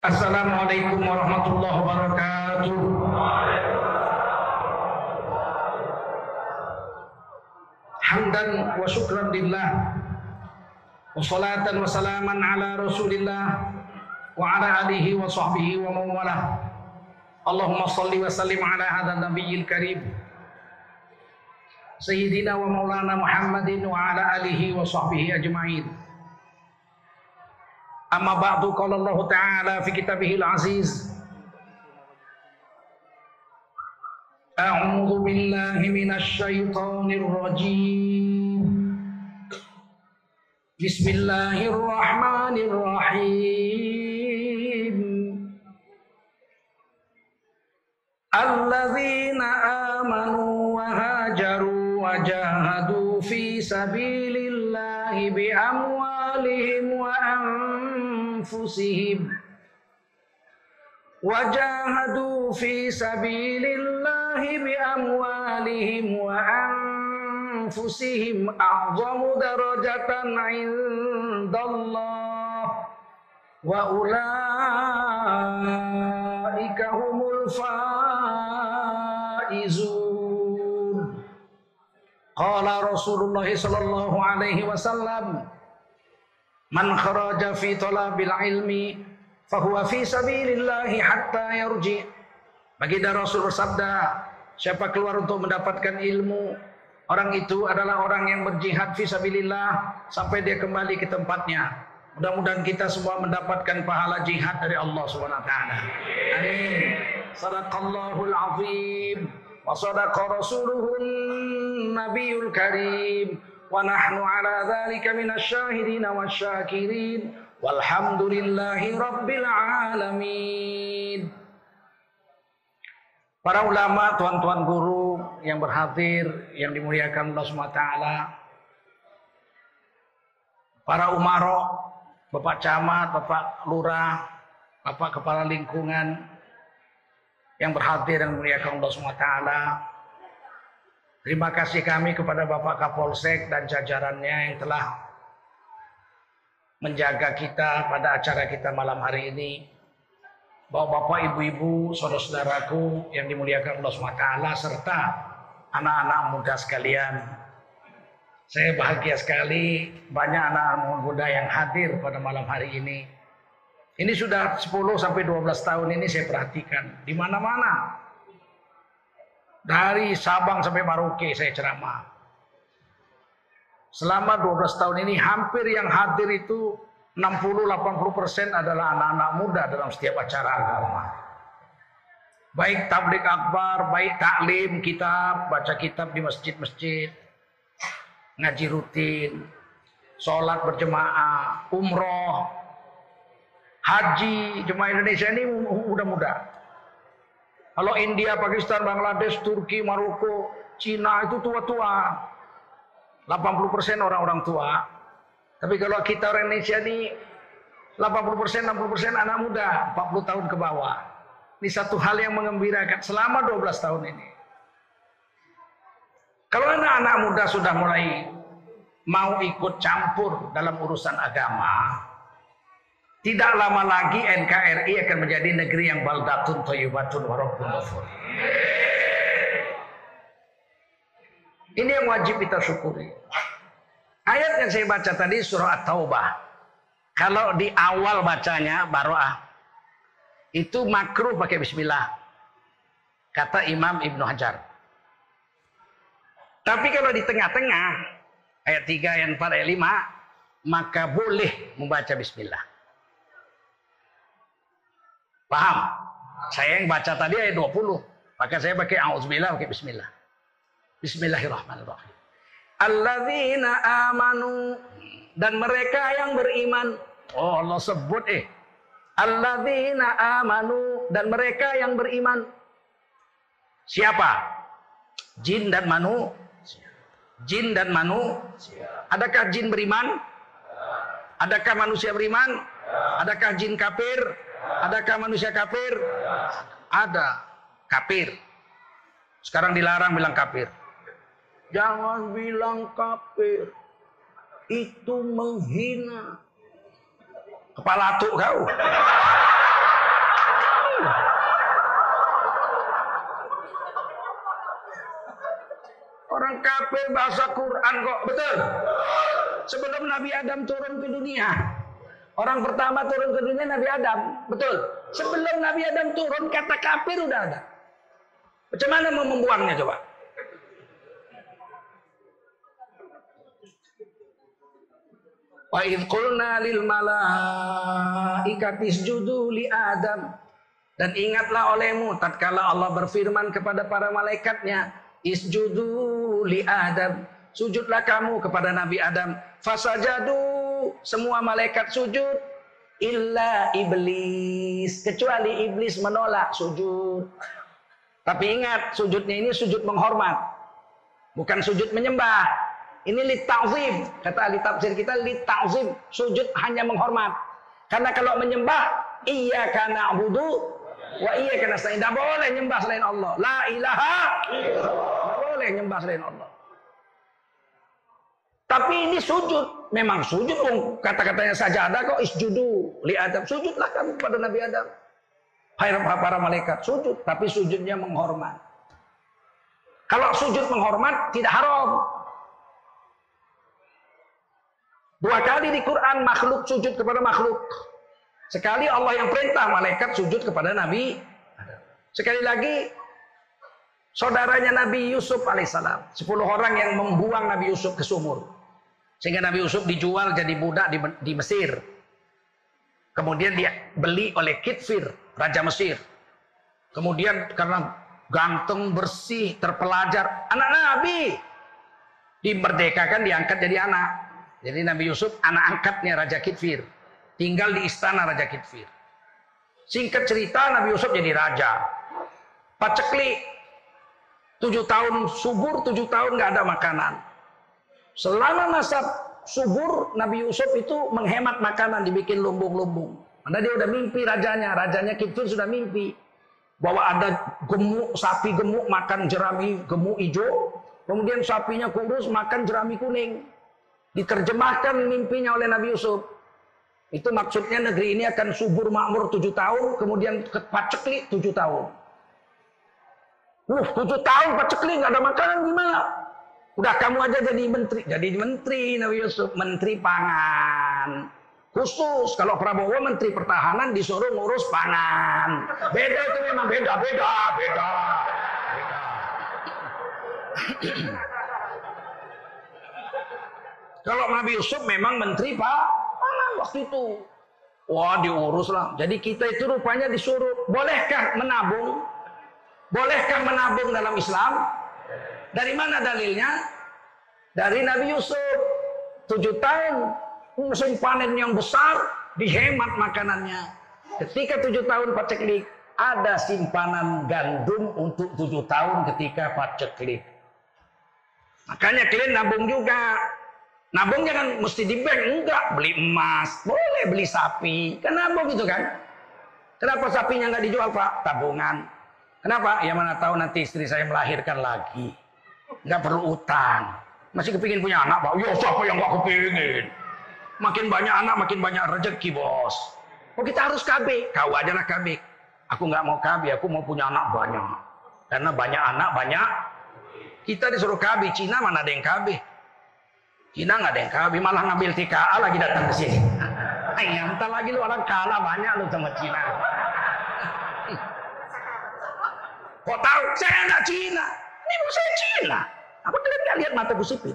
Assalamualaikum warahmatullahi wabarakatuh. Hamdan wa syukran lillah, wa salatan wa salaman ala rasulillah wa ala alihi wa sahbihi wa mawalah. Allahumma salli wa sallim ala hadha nabiyil karim Sayyidina wa maulana Muhammadin wa ala alihi wa sahbihi ajma'in. Amma ba'du, qala Allah Ta'ala fi kitabihil aziz, a'udzu billahi minasy syaithanir rajim. Bismillahirrahmanirrahim. Alladzina amanu wa hajaru wa jahadu fi sabilillahi bi amwalihim wa anfusihim wajahadu fi sabilillahi bi amwalihim wa anfusihim a'zamu darajatan 'indallah wa ulaika humul faizun. Qala Rasulullah sallallahu alaihi wasallam, man kharaja fi talabil ilmi fahuwa fi sabilillahi hatta yarji. Baginda Rasul bersabda, siapa keluar untuk mendapatkan ilmu, orang itu adalah orang yang berjihad fi sabilillah sampai dia kembali ke tempatnya. Mudah-mudahan kita semua mendapatkan pahala jihad dari Allah Subhanahu wa taala. Amin. Shadaqallahul azim wa shadaqa rasuluhun nabiyul karim. Wa nahnu ala dzalika minasyahidin wasyakirin walhamdulillahi rabbil alamin. Para ulama, tuan-tuan guru yang berhadir, yang dimuliakan Allah SWT, para umaro, Bapak Camat, Bapak Lurah, Bapak Kepala Lingkungan yang berhadir dan dimuliakan Allah SWT, terima kasih kami kepada Bapak Kapolsek dan jajarannya yang telah menjaga kita pada acara kita malam hari ini. Bapak, ibu-ibu, saudara-saudaraku yang dimuliakan Allah SWT, serta anak-anak muda sekalian. Saya bahagia sekali banyak anak-anak muda yang hadir pada malam hari ini. Ini sudah 10-12 tahun ini saya perhatikan di mana-mana. Dari Sabang sampai Merauke saya ceramah. Selama 12 tahun ini hampir yang hadir itu 60-80% adalah anak-anak muda dalam setiap acara agama. Baik tabligh akbar, baik taklim kitab, baca kitab di masjid-masjid, ngaji rutin, sholat berjemaah, umroh, haji. Jemaah Indonesia ini muda-muda. Kalau India, Pakistan, Bangladesh, Turki, Maroko, Cina itu tua-tua. 80% orang-orang tua. Tapi kalau kita orang Indonesia ini 80%, 60% anak muda, 40 tahun ke bawah. Ini satu hal yang mengembirakan selama 12 tahun ini. Kalau anak-anak muda sudah mulai mau ikut campur dalam urusan agama, tidak lama lagi NKRI akan menjadi negeri yang baldatun thayyibatun wa rabbun ghafur. Ini yang wajib kita syukuri. Ayat yang saya baca tadi surah At-Taubah. Kalau di awal bacanya Baroah, itu makruh pakai bismillah, kata Imam Ibnu Hajar. Tapi kalau di tengah-tengah ayat 3, ayat 4, ayat 5, maka boleh membaca bismillah. Paham? Saya yang baca tadi ayat 20, maka saya pakai auzubillah, pakai bismillah. Bismillahirrahmanirrahim. Alladzina amanu, dan mereka yang beriman. Oh, Allah sebut alladzina amanu, dan mereka yang beriman. Siapa? Jin dan manusia. Jin dan manusia. Adakah jin beriman? Adakah manusia beriman? Adakah jin kafir? Adakah manusia kafir? Ada. Kafir. Sekarang dilarang bilang kafir. Jangan bilang kafir. Itu menghina. Kepala atuk kau. berbahasa Quran kok. Betul? Sebelum Nabi Adam turun ke dunia. Orang pertama turun ke dunia Nabi Adam. Betul? Sebelum Nabi Adam turun, kata kafir udah ada. Macam mana mau membuangnya coba? Wa idh qulna lil malaikati isjudu li Adam. Dan ingatlah olehmu tatkala Allah berfirman kepada para malaikatnya, isjudu li Adam, sujudlah kamu kepada Nabi Adam. Fasajadu, semua malaikat sujud, illa iblis, kecuali iblis menolak sujud. Tapi ingat, sujudnya ini sujud menghormat, bukan sujud menyembah. Ini li ta'zim, kata ahli tafsir kita, li ta'zim, sujud hanya menghormat. Karena kalau menyembah, iyyaka na'budu wa iyyaka nasta'in, tidak boleh nyembah selain Allah. La ilaha illallah, tidak boleh nyembah selain Allah. Tapi ini sujud, memang sujud, kata-katanya sajadah kok, isjudu li Adam, sujudlah kamu kepada Nabi Adam. Hai para malaikat, sujud, tapi sujudnya menghormat. Kalau sujud menghormat tidak haram. 2 kali di Quran makhluk sujud kepada makhluk. Sekali Allah yang perintah malaikat sujud kepada Nabi Adam. Sekali lagi saudaranya Nabi Yusuf alaihissalam, 10 orang yang membuang Nabi Yusuf ke sumur, sehingga Nabi Yusuf dijual jadi budak di Mesir. Kemudian dia beli oleh Kitfir, raja Mesir. Kemudian karena ganteng, bersih, terpelajar, anak Nabi, dimerdekakan, diangkat jadi anak. Jadi Nabi Yusuf anak angkatnya Raja Kitfir, tinggal di istana Raja Kitfir. Singkat cerita, Nabi Yusuf jadi raja. Paceklik, 7 tahun subur, 7 tahun nggak ada makanan. Selama masa subur, Nabi Yusuf itu menghemat makanan, dibikin lumbung-lumbung. Karena dia udah mimpi rajanya Kitfir sudah mimpi bahwa ada gemuk, sapi gemuk makan jerami gemuk hijau, kemudian sapinya kurus makan jerami kuning. Diterjemahkan mimpinya oleh Nabi Yusuf. Itu maksudnya negeri ini akan subur makmur 7 tahun, kemudian paceklik 7 tahun. 7 tahun paceklik nggak ada makanan gimana? Udah kamu aja jadi menteri. Jadi menteri Nabi Yusuf, menteri pangan. Khusus kalau Prabowo menteri pertahanan disuruh ngurus pangan. Beda itu memang beda. Kalau Nabi Yusuf memang menteri pangan waktu itu. Wah, diurus lah. Jadi kita itu rupanya disuruh, bolehkah menabung? Bolehkah menabung dalam Islam? Dari mana dalilnya? Dari Nabi Yusuf. 7 tahun musim panen yang besar, dihemat makanannya. Ketika 7 tahun paceklik, ada simpanan gandum untuk 7 tahun ketika paceklik. Makanya kalian nabung juga. Nabung jangan mesti di bank, enggak. Beli emas, boleh beli sapi. Kan nabung gitu kan. Kenapa sapinya nggak dijual, Pak? Tabungan. Kenapa? Ya mana tahu nanti istri saya melahirkan lagi. Nggak perlu utang. Masih kepingin punya anak, Pak? Ya siapa yang nggak kepingin? Makin banyak anak, makin banyak rezeki, bos. Oh kita harus KB. Kau aja lah KB. Aku nggak mau KB, aku mau punya anak banyak. Karena banyak anak, banyak. Kita disuruh KB. Cina mana ada yang KB? Cina nggak ada yang KB, malah ngambil TKA lagi datang ke sini. Ayah, entar lagi lu orang kalah banyak lu sama Cina. Kok tahu? Saya nggak Cina. Ini bukan saya Cina. Apa kalian nggak lihat mataku sipit?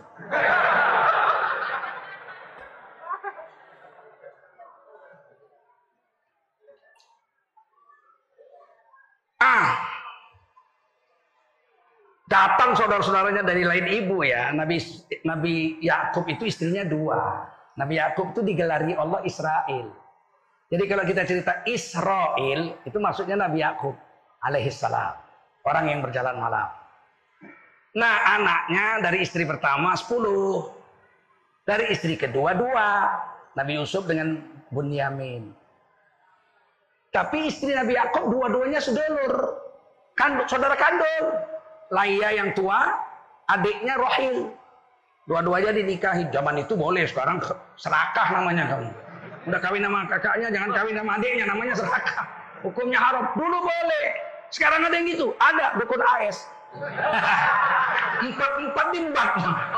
Datang saudara-saudaranya dari lain ibu ya. Nabi Yakub itu istrinya 2. Nabi Yakub itu digelari Allah Israel. Jadi kalau kita cerita Israel, itu maksudnya Nabi Yakub alaihissalam. Orang yang berjalan malam. Nah anaknya dari istri pertama 10. Dari istri kedua 2. Nabi Yusuf dengan Bunyamin. Tapi istri Nabi Yakub dua-duanya sedulur. Saudara kandung. Laya yang tua, adiknya Rohil. Dua-duanya dinikahi. Zaman itu boleh, sekarang serakah namanya kamu. Udah kawin sama kakaknya, jangan kawin sama adiknya, namanya serakah. Hukumnya haram. Dulu boleh. Sekarang ada yang gitu. Ada dukun AS. Empat dimbak.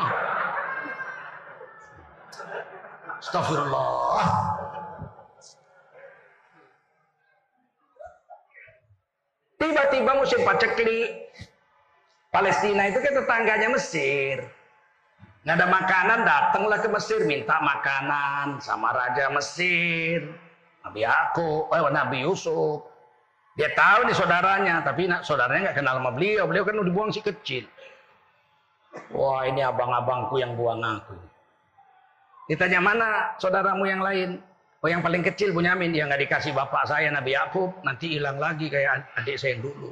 Astagfirullah. Tiba-tiba musim paceklik. Palestina itu kan tetangganya Mesir. Nggak ada makanan, datanglah ke Mesir minta makanan sama Raja Mesir. Nabi Yusuf. Dia tahu nih saudaranya, tapi saudaranya nggak kenal sama beliau. Beliau kan udah dibuang si kecil. Wah, ini abang-abangku yang buang aku. Ditanya, mana saudaramu yang lain? Oh, yang paling kecil Bunyamin. Dia nggak dikasih bapak saya Nabi Yakub, nanti hilang lagi kayak adik saya yang dulu.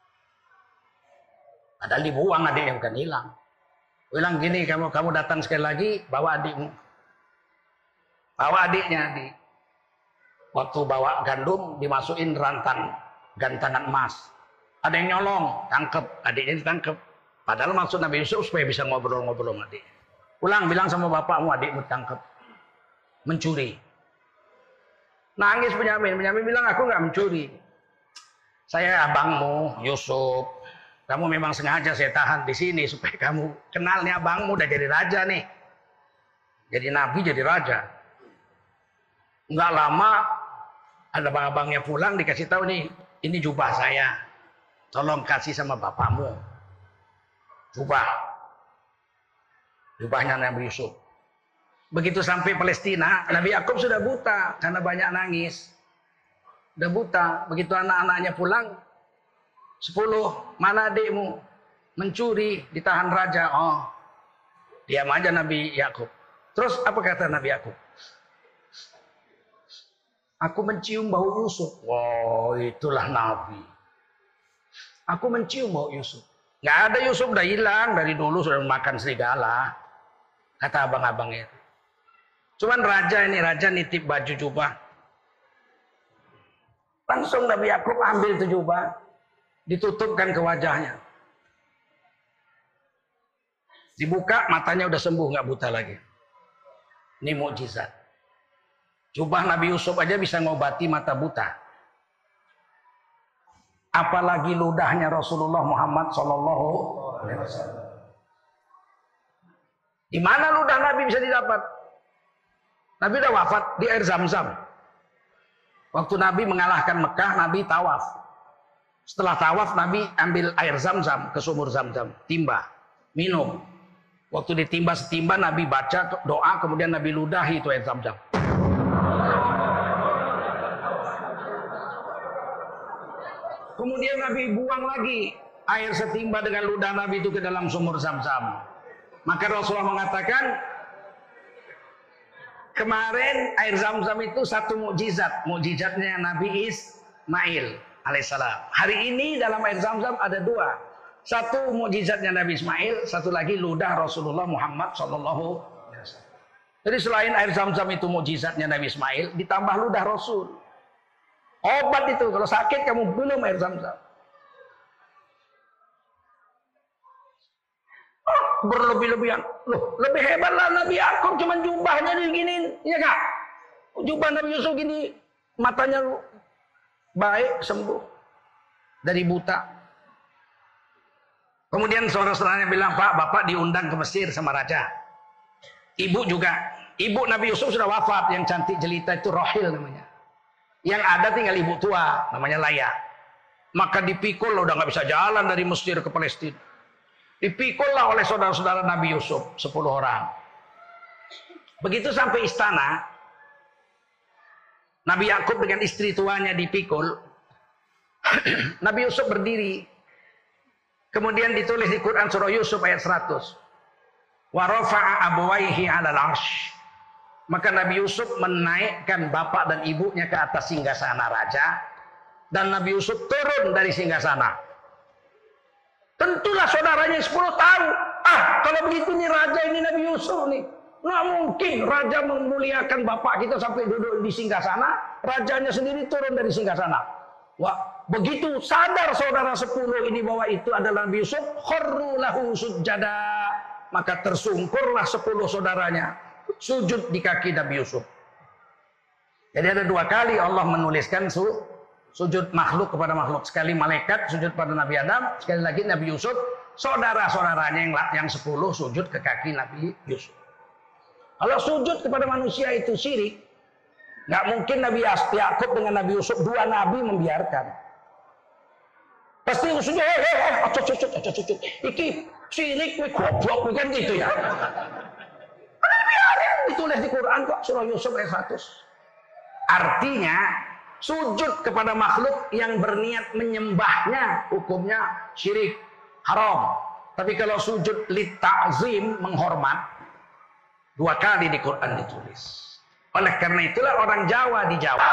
Padahal dibuang adiknya, bukan hilang. Bilang gini, kamu datang sekali lagi, bawa adikmu. Bawa adiknya. Waktu bawa gandum, dimasukin gantangan emas. Ada yang nyolong, tangkep. Adiknya ditangkep. Padahal maksud Nabi Yusuf supaya bisa ngobrol-ngobrol sama adiknya. Pulang, bilang sama bapakmu, adikmu tangkep. Mencuri. Nangis Bunyamin bilang, aku nggak mencuri. Saya abangmu, Yusuf. Kamu memang sengaja saya tahan di sini supaya kamu kenal nih abangmu udah jadi raja nih. Jadi nabi, jadi raja. Nggak lama ada abang-abangnya pulang dikasih tahu nih, ini jubah saya. Tolong kasih sama bapakmu. Jubahnya Nabi Yusuf. Begitu sampai Palestina, Nabi Yakub sudah buta karena banyak nangis. Udah buta. Begitu anak-anaknya pulang, 10, mana adikmu? Mencuri, ditahan raja. Oh, diam aja Nabi Yakub. Terus apa kata Nabi Yakub? Aku mencium bau Yusuf. Wow, itulah Nabi. Aku mencium bau Yusuf. Nggak ada, Yusuf udah hilang dari dulu, sudah makan serigala. Kata abang-abangnya itu. Cuman raja nitip baju jubah. Langsung Nabi Yakub ambil itu jubah, ditutupkan ke wajahnya. Dibuka, matanya udah sembuh, nggak buta lagi. Ini mukjizat. Jubah Nabi Yusuf aja bisa ngobati mata buta. Apalagi ludahnya Rasulullah Muhammad SAW. Di mana ludah Nabi bisa didapat? Nabi udah wafat di air Zam-Zam. Waktu Nabi mengalahkan Mekah, Nabi tawaf. Setelah tawaf, Nabi ambil air Zam-Zam ke sumur Zam-Zam, timba, minum. Waktu ditimba setimba, Nabi baca doa, kemudian Nabi ludahi itu air Zam-Zam. Kemudian Nabi buang lagi air setimba dengan ludah Nabi itu ke dalam sumur Zam-Zam. Maka Rasulullah mengatakan, kemarin air Zam-Zam itu satu mukjizat, mukjizatnya Nabi Ismail alaihissalam. Hari ini dalam air Zam-Zam ada dua. Satu mukjizatnya Nabi Ismail, satu lagi ludah Rasulullah Muhammad SAW. Jadi selain air Zam-Zam itu mukjizatnya Nabi Ismail, ditambah ludah Rasul. Obat itu, kalau sakit kamu minum air Zam-Zam. Berlebih-lebihan. Loh, lebih hebatlah Nabi Yakub cuma jubahnya diginiin, iya kak? Jubah Nabi Yusuf gini, matanya baik, sembuh dari buta. Kemudian saudara-saudaranya bilang, Pak, Bapak diundang ke Mesir sama raja. Ibu juga. Ibu Nabi Yusuf sudah wafat, yang cantik jelita itu Rohil namanya. Yang ada tinggal ibu tua, namanya Laya. Maka dipikul, udah nggak bisa jalan dari Mesir ke Palestina. Dipikullah oleh saudara-saudara Nabi Yusuf, 10 orang. Begitu sampai istana, Nabi Yakub dengan istri tuanya dipikul. Nabi Yusuf berdiri. Kemudian ditulis di Quran surah Yusuf ayat 100. Wa rafa'a abawaihi 'alal 'arsy. Maka Nabi Yusuf menaikkan bapak dan ibunya ke atas singgasana raja, dan Nabi Yusuf turun dari singgasana. Tentulah saudaranya 10 tahu. Kalau begitu nih raja ini Nabi Yusuf nih. Nggak mungkin raja memuliakan bapak kita sampai duduk di singgasana, rajanya sendiri turun dari singgasana. Wah, begitu sadar saudara 10 ini bahwa itu adalah Nabi Yusuf, kharru lahu sujada. Maka tersungkurlah 10 saudaranya sujud di kaki Nabi Yusuf. Jadi ada 2 kali Allah menuliskan sujud makhluk kepada makhluk. Sekali malaikat sujud pada Nabi Adam, sekali lagi Nabi Yusuf, saudara-saudaranya yang 10 sujud ke kaki Nabi Yusuf. Kalau sujud kepada manusia itu syirik, nggak mungkin Nabi Yakub dengan Nabi Yusuf, dua nabi membiarkan. Pasti sujud, sujud. Iki syirik, goblok, kan gitu ya. Karena biarin, ditulis di Quran kok, surah Yusuf ayat 100. Artinya, sujud kepada makhluk yang berniat menyembahnya, hukumnya syirik, haram. Tapi kalau sujud li ta'zim, menghormat, 2 kali di Quran ditulis. Oleh karena itulah orang Jawa di Jawa,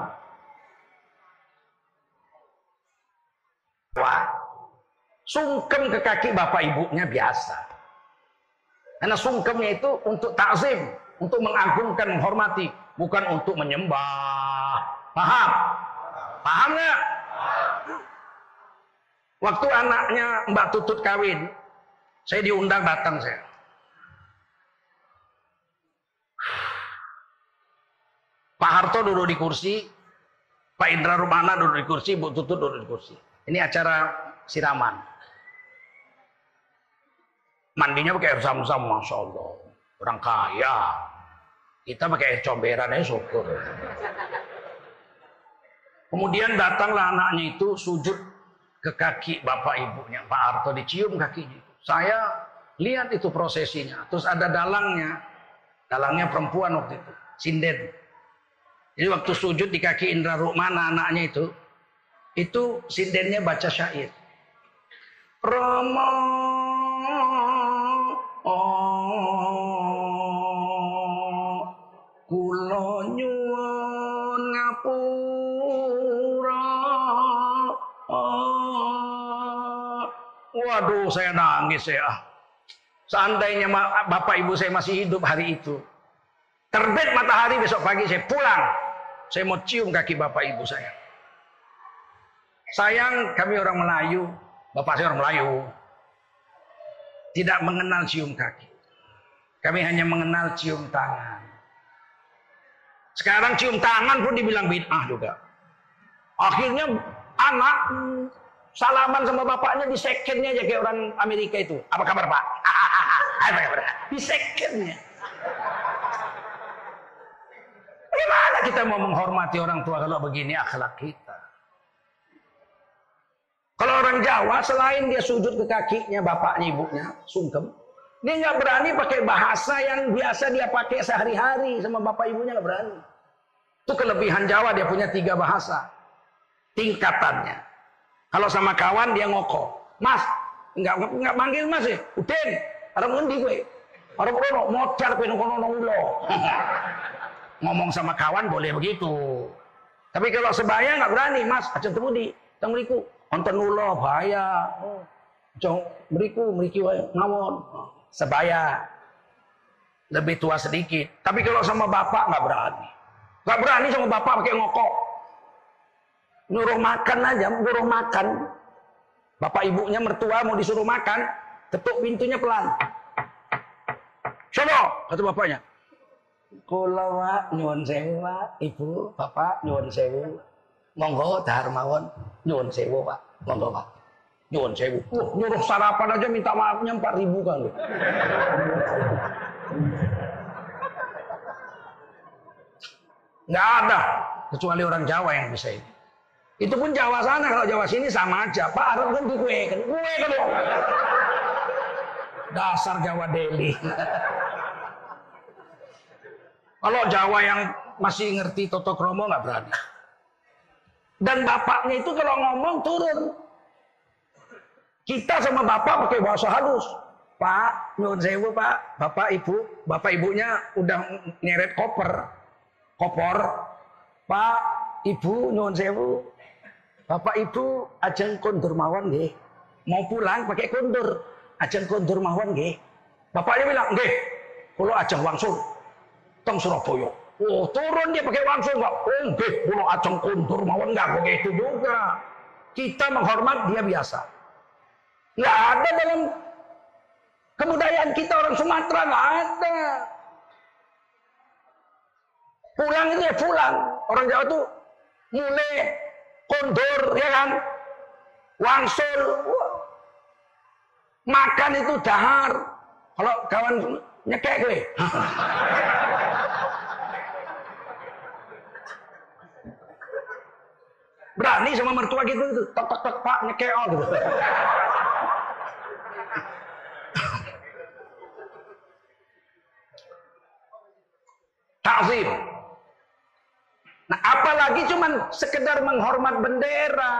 sungkem ke kaki bapak ibunya biasa. Karena sungkemnya itu untuk ta'zim, untuk mengagungkan, menghormati, bukan untuk menyembah. Paham? Paham nggak? Waktu anaknya Mbak Tutut kawin, saya diundang, datang saya. Pak Harto duduk di kursi, Pak Indra Rumana duduk di kursi, Bu Tutut duduk di kursi. Ini acara siraman. Mandinya pakai air zam-zam, Masya Allah. Orang kaya. Kita pakai air comberan aja syukur. Kemudian datanglah anaknya itu sujud ke kaki bapak ibunya. Pak Harto dicium kakinya. Saya lihat itu prosesinya. Terus ada dalangnya. Dalangnya perempuan waktu itu. Sinden. Jadi waktu sujud di kaki Indra Rukmana anaknya itu sindennya baca syair. Rama kula nyuwun ngapura. Waduh, saya nangis ya. Seandainya bapak ibu saya masih hidup hari itu, terbit matahari besok pagi saya pulang. Saya mau cium kaki bapak ibu saya. Sayang kami orang Melayu, bapak saya orang Melayu, tidak mengenal cium kaki. Kami hanya mengenal cium tangan. Sekarang cium tangan pun dibilang bid'ah juga. Akhirnya anak salaman sama bapaknya di secondnya aja kayak orang Amerika itu. Apa kabar Pak? Apa kabar? Di secondnya. Bagaimana kita mau menghormati orang tua kalau begini akhlak kita? Kalau orang Jawa selain dia sujud ke kakinya bapaknya ibunya, sungkem, dia nggak berani pakai bahasa yang biasa dia pakai sehari-hari sama bapak ibunya, nggak berani. Itu kelebihan Jawa, dia punya 3 bahasa tingkatannya. Kalau sama kawan dia ngoko, Mas, nggak manggil Mas ya, Udin, orang ngendi gue, orang kono mocar gue kono nonglo. Ngomong sama kawan boleh begitu. Tapi kalau sebaya nggak berani, Mas, aja temu di teng mriku. Wonten kula bahaya. Aja mriku wae ngawon. Sebaya. Lebih tua sedikit. Tapi kalau sama bapak nggak berani. Nggak berani sama bapak pakai ngokok. Nyuruh makan aja, nyuruh makan. Bapak ibunya mertua mau disuruh makan, ketuk pintunya pelan. Sono, kata bapaknya. Kula Pak nyuwun sewu Pak, Ibu, Bapak nyuwun sewu. Monggo dahar mawon nyuwun sewu Pak. Monggo Pak. Nyuwun sewu. Nyuruh sarapan aja minta maafnya 4.000 kan. Nggak ada kecuali orang Jawa yang bisa ini. Itu pun Jawa sana, kalau Jawa sini sama aja. Pak Arab kan di kue kan dong. Dasar Jawa Deli. Kalau Jawa yang masih ngerti Toto Kromo nggak berani. Dan bapaknya itu kalau ngomong turun. Kita sama bapak pakai bahasa halus. Pak, nyuwun sewu Pak, bapak ibunya udah nyeret kopor. Pak, Ibu nyuwun sewu. Bapak Ibu ajeng kondur mawon nggih. Mau pulang pakai kondur. Ajeng kondur mawon nggih. Bapaknya bilang, "Nggih. Kula ajeng wangsul teng Surabaya." Oh, turun dia pakai wangsul enggak? Oh, nggih, kula ajeng kondur mawon enggak begitu juga. Kita menghormat dia biasa. Enggak ada dalam kebudayaan kita orang Sumatera, enggak ada. Pulang itu ya pulang. Orang Jawa tuh mulai kondur, ya kan? Wangsul. Makan itu dahar. Kalau kawan nyekek gue. Berani sama mertua gitu itu. Tok tok tok Pak nyekek gitu. Ta'zim. Nah, apalagi cuman sekedar menghormat bendera.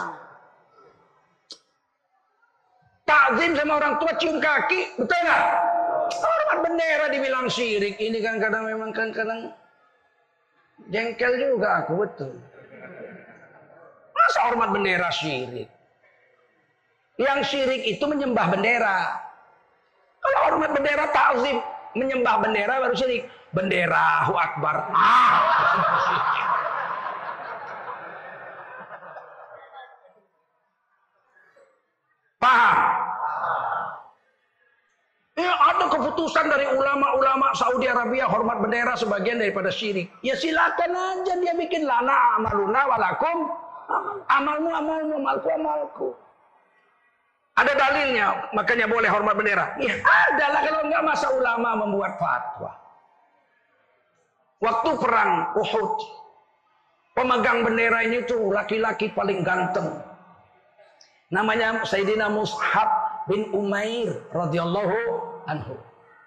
Ta'zim sama orang tua cium kaki, betul nggak? Hormat bendera dibilang syirik. Ini kan kadang memang kadang jengkel juga aku, betul. Masa hormat bendera syirik? Yang syirik itu menyembah bendera. Kalau hormat bendera ta'zim, menyembah bendera baru syirik. Benderahu akbar. Paham? Ya, ada keputusan dari ulama-ulama Saudi Arabia hormat bendera sebagian daripada syirik. Ya silakan aja dia bikin lana amaluna walakum amalmu amalku. Ada dalilnya, makanya boleh hormat bendera. Ya adalah kalau enggak masa ulama membuat fatwa. Waktu perang Uhud, pemegang bendera ini tuh laki-laki paling ganteng. Namanya Sayyidina Mus'ab bin Umair radhiyallahu anhu.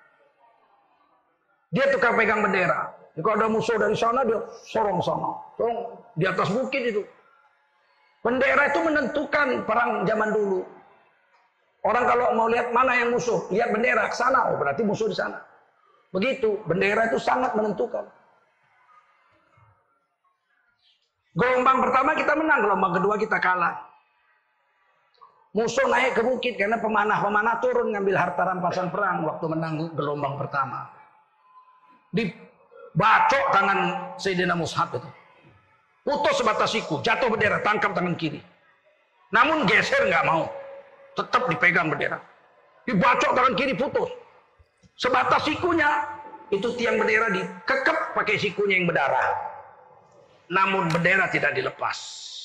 Dia tukang pegang bendera. Kalau ada musuh dari sana dia sorong sana, sorong di atas bukit itu. Bendera itu menentukan perang zaman dulu. Orang kalau mau lihat mana yang musuh, lihat bendera ke sana, oh berarti musuh di sana. Begitu, bendera itu sangat menentukan. Gelombang pertama kita menang, gelombang kedua kita kalah. Musuh naik ke bukit karena pemanah-pemanah turun ngambil harta rampasan perang waktu menang gelombang pertama. Dibacok tangan Sayyidina Mus'ab itu. Putus sebatas siku, jatuh bendera, tangkap tangan kiri. Namun geser nggak mau, tetap dipegang bendera. Dibacok tangan kiri putus. Sebatas sikunya, itu tiang bendera dikekep pakai sikunya yang berdarah. Namun bendera tidak dilepas.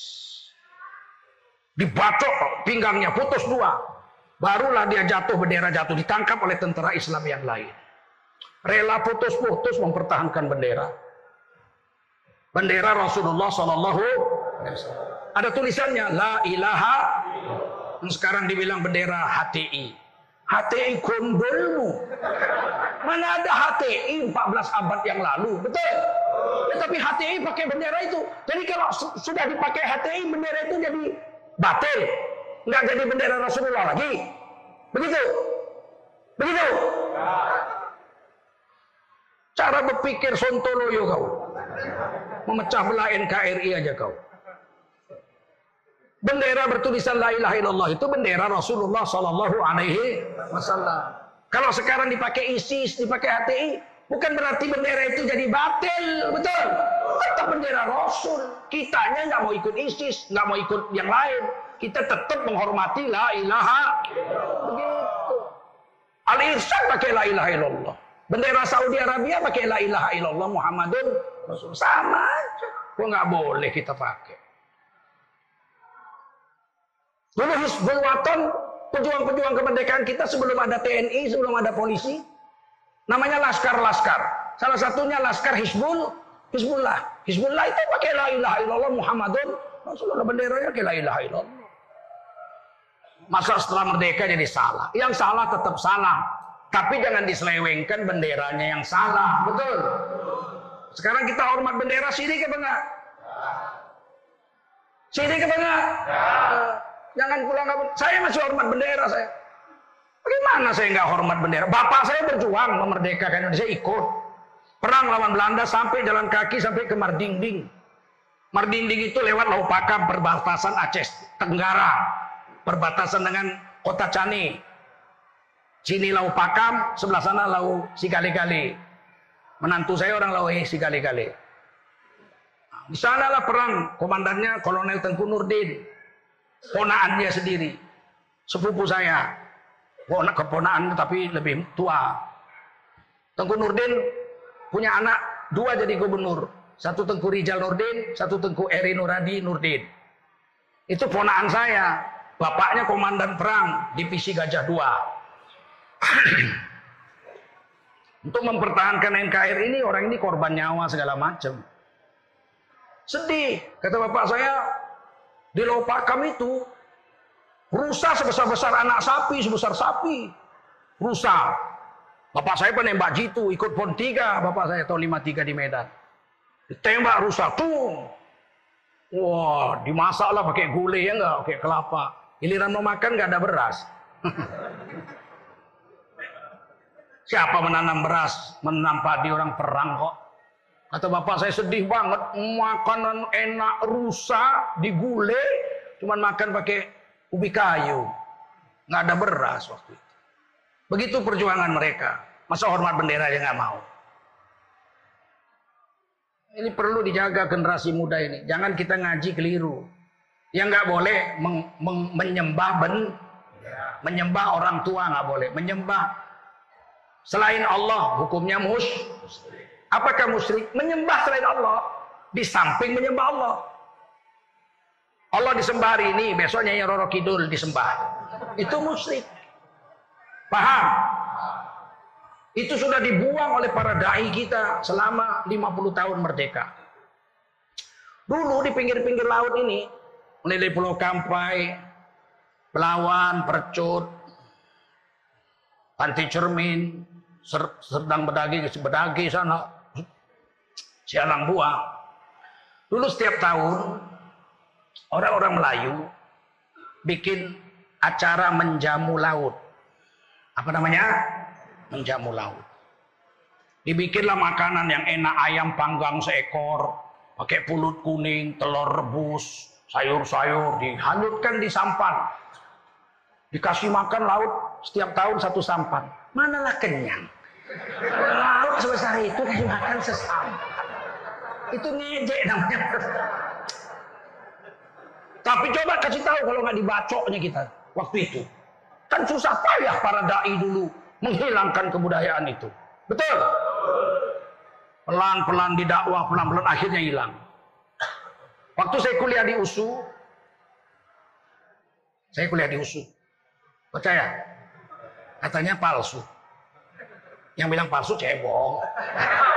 Dibacok pinggangnya putus dua. Barulah dia jatuh, bendera jatuh, ditangkap oleh tentara Islam yang lain. Rela putus-putus mempertahankan bendera. Bendera Rasulullah Sallallahu Alaihi Wasallam. Ada tulisannya La ilaha. Sekarang dibilang bendera HTI. HTI kondolmu. Mana ada HTI 14 abad yang lalu, betul? Tapi HTI pakai bendera itu. Jadi kalau sudah dipakai HTI, bendera itu jadi batil. Nggak jadi bendera Rasulullah lagi. Begitu? Begitu? Cara berpikir sontoloyo kau. Memecah belah NKRI aja kau. Bendera bertulisan La ilaha illallah itu bendera Rasulullah Sallallahu Alaihi Wasallam. Kalau sekarang dipakai ISIS, dipakai HTI, bukan berarti bendera itu jadi batil, betul? Tetap bendera Rasul. Kitanya nggak mau ikut ISIS, nggak mau ikut yang lain. Kita tetap menghormati La ilaha. Begitu. Al-Irsyad pakai La ilaha illallah. Bendera Saudi Arabia pakai La ilaha illallah Muhammadun Rasul. Sama aja. Kok nggak boleh kita pakai? Dulu Hizbul Waton, pejuang-pejuang kemerdekaan kita sebelum ada TNI, sebelum ada polisi, namanya laskar-laskar. Salah satunya laskar Hizbullah. Hizbullah itu pakai La ilaha illallah Muhammadun Rasulullah, benderanya pakai La ilaha illallah. Masa setelah merdeka jadi salah? Yang salah tetap salah, tapi jangan diselewengkan benderanya yang salah, betul? Sekarang kita hormat bendera, syirik apa enggak? Syirik apa enggak? Jangan pulang kampung. Saya masih hormat bendera saya. Bagaimana saya nggak hormat bendera? Bapak saya berjuang memerdekakan Indonesia, ikut perang lawan Belanda sampai jalan kaki sampai ke Mardingding. Mardingding itu lewat Lau Pakam, perbatasan Aceh Tenggara, perbatasan dengan Kota Cani. Sini Lau Pakam, sebelah sana Lau Sigale-gale. Menantu saya orang Lau Sigale-gale. Di sanalah perang, komandannya Kolonel Tengku Nurdin. Ponaan dia sendiri, sepupu saya, keponaan tapi lebih tua. Tengku Nurdin punya anak dua jadi gubernur, satu Tengku Rijal Nurdin, satu Tengku Eri Nuradi Nurdin. Itu ponakan saya. Bapaknya komandan perang divisi Gajah 2. Untuk mempertahankan NKRI ini, orang ini korban nyawa segala macam. Sedih, kata bapak saya, di Lopakam itu rusa sebesar-besar anak sapi, sebesar sapi. Rusa. Bapak saya penembak jitu, ikut PON 3, bapak saya tahun 53 di Medan. Ditembak rusa, tuh. Wah, dimasaklah pakai gulai ya enggak, pakai kelapa. Giliran mau makan nggak ada beras. Siapa menanam beras, menanam padi orang perang kok. Kata bapak saya sedih banget, makanan enak rusa digulai, cuman makan pakai ubi kayu. Nggak ada beras waktu itu. Begitu perjuangan mereka. Masa hormat bendera aja nggak mau. Ini perlu dijaga generasi muda ini. Jangan kita ngaji keliru. Yang nggak boleh menyembah orang tua nggak boleh. Menyembah selain Allah hukumnya musyrik. Apakah musyrik? Menyembah selain Allah di samping menyembah Allah. Allah disembah hari ini, besoknya yang Roro Kidul disembah. Itu musyrik. Paham? Itu sudah dibuang oleh para dai kita selama 50 tahun merdeka. Dulu di pinggir-pinggir laut ini, mulai dari Pulau Kampai, Pelawan, Percut, Pantai Cermin, Serdang Bedagi sana, Sialang Buah. Dulu setiap tahun orang-orang Melayu bikin acara menjamu laut. Apa namanya? Menjamu laut. Dibikinlah makanan yang enak, ayam panggang seekor, pakai pulut kuning, telur rebus, sayur-sayur, dihanyutkan di sampan. Dikasih makan laut setiap tahun 1 sampan. Manalah kenyang. Laut sebesar itu kasih makan sesampan. Itu ngejek namanya. Tapi coba kasih tahu kalau nggak dibacoknya kita waktu itu. Kan susah payah para dai dulu menghilangkan kebudayaan itu. Betul? Pelan-pelan didakwah, pelan-pelan akhirnya hilang. Waktu saya kuliah di USU, percaya? Katanya palsu. Yang bilang palsu cebong.